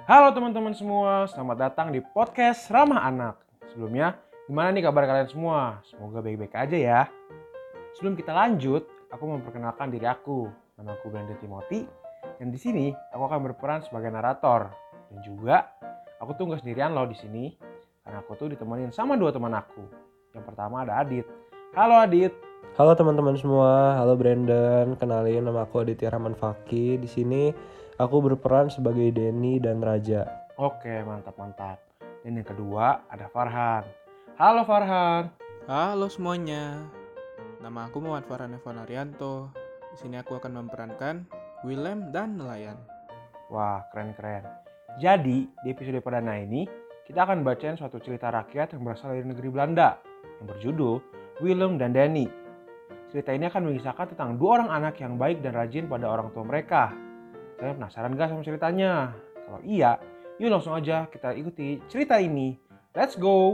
Halo teman-teman semua, selamat datang di podcast Ramah Anak. Sebelumnya, gimana nih kabar kalian semua? Semoga baik-baik aja ya. Sebelum kita lanjut, aku memperkenalkan diri aku. Nama aku Brandon Timothy, dan di sini aku akan berperan sebagai narator. Dan juga, aku tuh nggak sendirian loh di sini, karena aku tuh ditemenin sama dua teman aku. Yang pertama ada Adit. Halo Adit. Halo teman-teman semua, halo Brandon, kenalin nama aku Aditya Rahman Fakih. Di sini aku berperan sebagai Denny dan Raja. Oke, mantap. Dan yang kedua ada Farhan. Halo Farhan. Halo semuanya, nama aku Muhammad Farhan Evan Arianto. Di sini aku akan memerankan Willem dan nelayan. Wah, keren. Jadi, di episode perdana ini, kita akan bacain suatu cerita rakyat yang berasal dari negeri Belanda yang berjudul Willem dan Danny. Cerita ini akan mengisahkan tentang dua orang anak yang baik dan rajin pada orang tua mereka. Kalian penasaran gak sama ceritanya? Kalau iya, yuk langsung aja kita ikuti cerita ini. Let's go!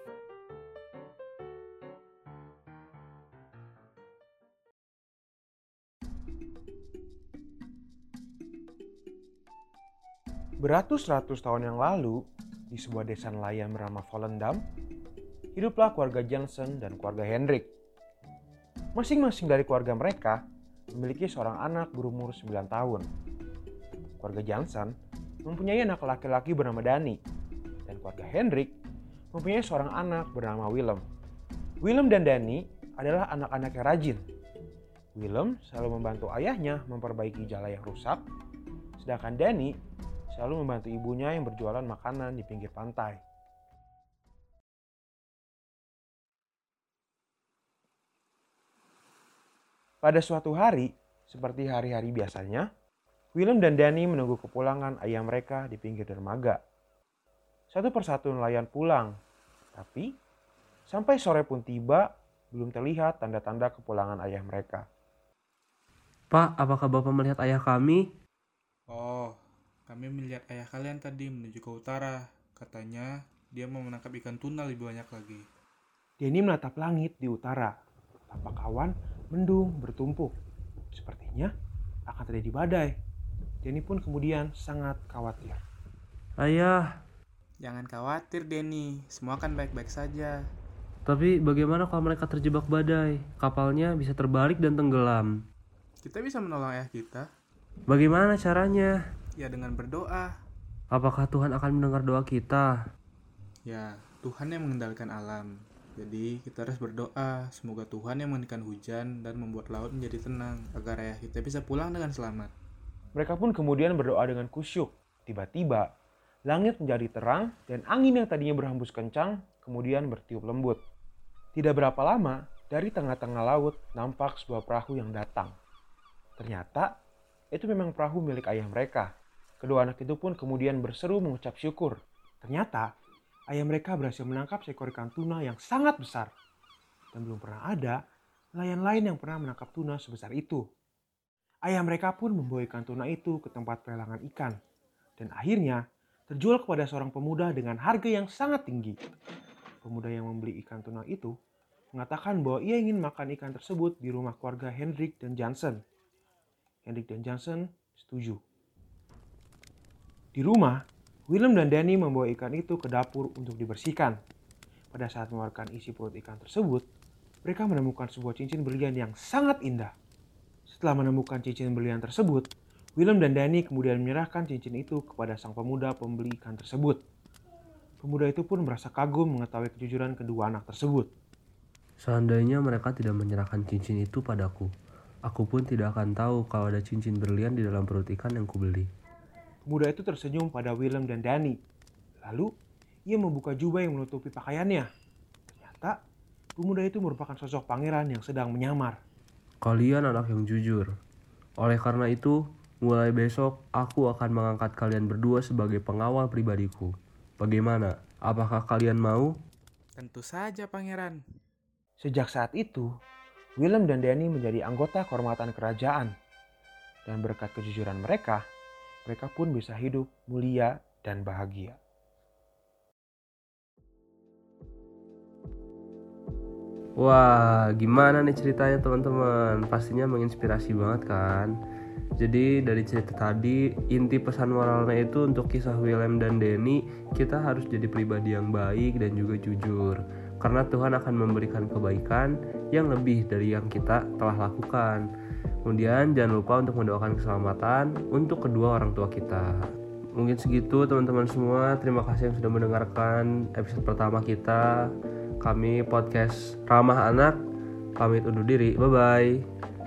Beratus-ratus tahun yang lalu, di sebuah desa nelayan bernama Volendam, hiduplah keluarga Jansen dan keluarga Hendrik. Masing-masing dari keluarga mereka memiliki seorang anak berumur 9 tahun. Keluarga Jansen mempunyai anak laki-laki bernama Danny, dan keluarga Hendrik mempunyai seorang anak bernama Willem. Willem dan Danny adalah anak-anak yang rajin. Willem selalu membantu ayahnya memperbaiki jala yang rusak, sedangkan Danny selalu membantu ibunya yang berjualan makanan di pinggir pantai. Pada suatu hari, seperti hari-hari biasanya, Willem dan Danny menunggu kepulangan ayah mereka di pinggir dermaga. Satu persatu nelayan pulang, tapi sampai sore pun tiba, belum terlihat tanda-tanda kepulangan ayah mereka. Pak, apakah Bapak melihat ayah kami? Oh, kami melihat ayah kalian tadi menuju ke utara. Katanya dia mau menangkap ikan tuna lebih banyak lagi. Danny menatap langit di utara. Tampak awan mendung bertumpuk. Sepertinya akan terjadi badai. Danny pun kemudian sangat khawatir. Ayah, Jangan khawatir Denny, semua akan baik-baik saja. tapi bagaimana kalau mereka terjebak badai? Kapalnya bisa terbalik dan tenggelam. Kita bisa menolong ayah kita, Bagaimana caranya? ya dengan berdoa. Apakah Tuhan akan mendengar doa kita? Ya, Tuhan yang mengendalikan alam. Jadi kita harus berdoa, semoga Tuhan yang menghentikan hujan dan membuat laut menjadi tenang, agar ayah kita bisa pulang dengan selamat. Mereka pun kemudian berdoa dengan kusyuk. Tiba-tiba, langit menjadi terang dan angin yang tadinya berhembus kencang kemudian bertiup lembut. Tidak berapa lama, dari tengah-tengah laut nampak sebuah perahu yang datang. Ternyata, itu memang perahu milik ayah mereka. Kedua anak itu pun kemudian berseru mengucap syukur. Ternyata, ayah mereka berhasil menangkap seekor ikan tuna yang sangat besar. Dan belum pernah ada nelayan lain yang pernah menangkap tuna sebesar itu. Ayah mereka pun membawa ikan tuna itu ke tempat pelelangan ikan. Dan akhirnya terjual kepada seorang pemuda dengan harga yang sangat tinggi. Pemuda yang membeli ikan tuna itu mengatakan bahwa ia ingin makan ikan tersebut di rumah keluarga Hendrik dan Jansen. Hendrik dan Jansen setuju. Di rumah, Willem dan Danny membawa ikan itu ke dapur untuk dibersihkan. Pada saat mengeluarkan isi perut ikan tersebut, mereka menemukan sebuah cincin berlian yang sangat indah. Setelah menemukan cincin berlian tersebut, Willem dan Danny kemudian menyerahkan cincin itu kepada sang pemuda pembeli ikan tersebut. Pemuda itu pun merasa kagum mengetahui kejujuran kedua anak tersebut. Seandainya mereka tidak menyerahkan cincin itu padaku, aku pun tidak akan tahu kalau ada cincin berlian di dalam perut ikan yang kubeli. Pemuda itu tersenyum pada Willem dan Danny. Lalu, ia membuka jubah yang menutupi pakaiannya. Ternyata, pemuda itu merupakan sosok pangeran yang sedang menyamar. Kalian anak yang jujur. Oleh karena itu, mulai besok aku akan mengangkat kalian berdua sebagai pengawal pribadiku. Bagaimana? Apakah kalian mau? Tentu saja pangeran. Sejak saat itu, Willem dan Danny menjadi anggota kehormatan kerajaan. Dan berkat kejujuran mereka pun bisa hidup mulia dan bahagia. Wah, gimana nih ceritanya teman-teman? Pastinya menginspirasi banget kan? Jadi dari cerita tadi, inti pesan moralnya itu untuk kisah William dan Denny, kita harus jadi pribadi yang baik dan juga jujur. Karena Tuhan akan memberikan kebaikan yang lebih dari yang kita telah lakukan. Kemudian jangan lupa untuk mendoakan keselamatan untuk kedua orang tua kita. Mungkin segitu teman-teman semua. Terima kasih yang sudah mendengarkan episode pertama kita. Kami podcast Ramah Anak pamit undur diri. Bye-bye.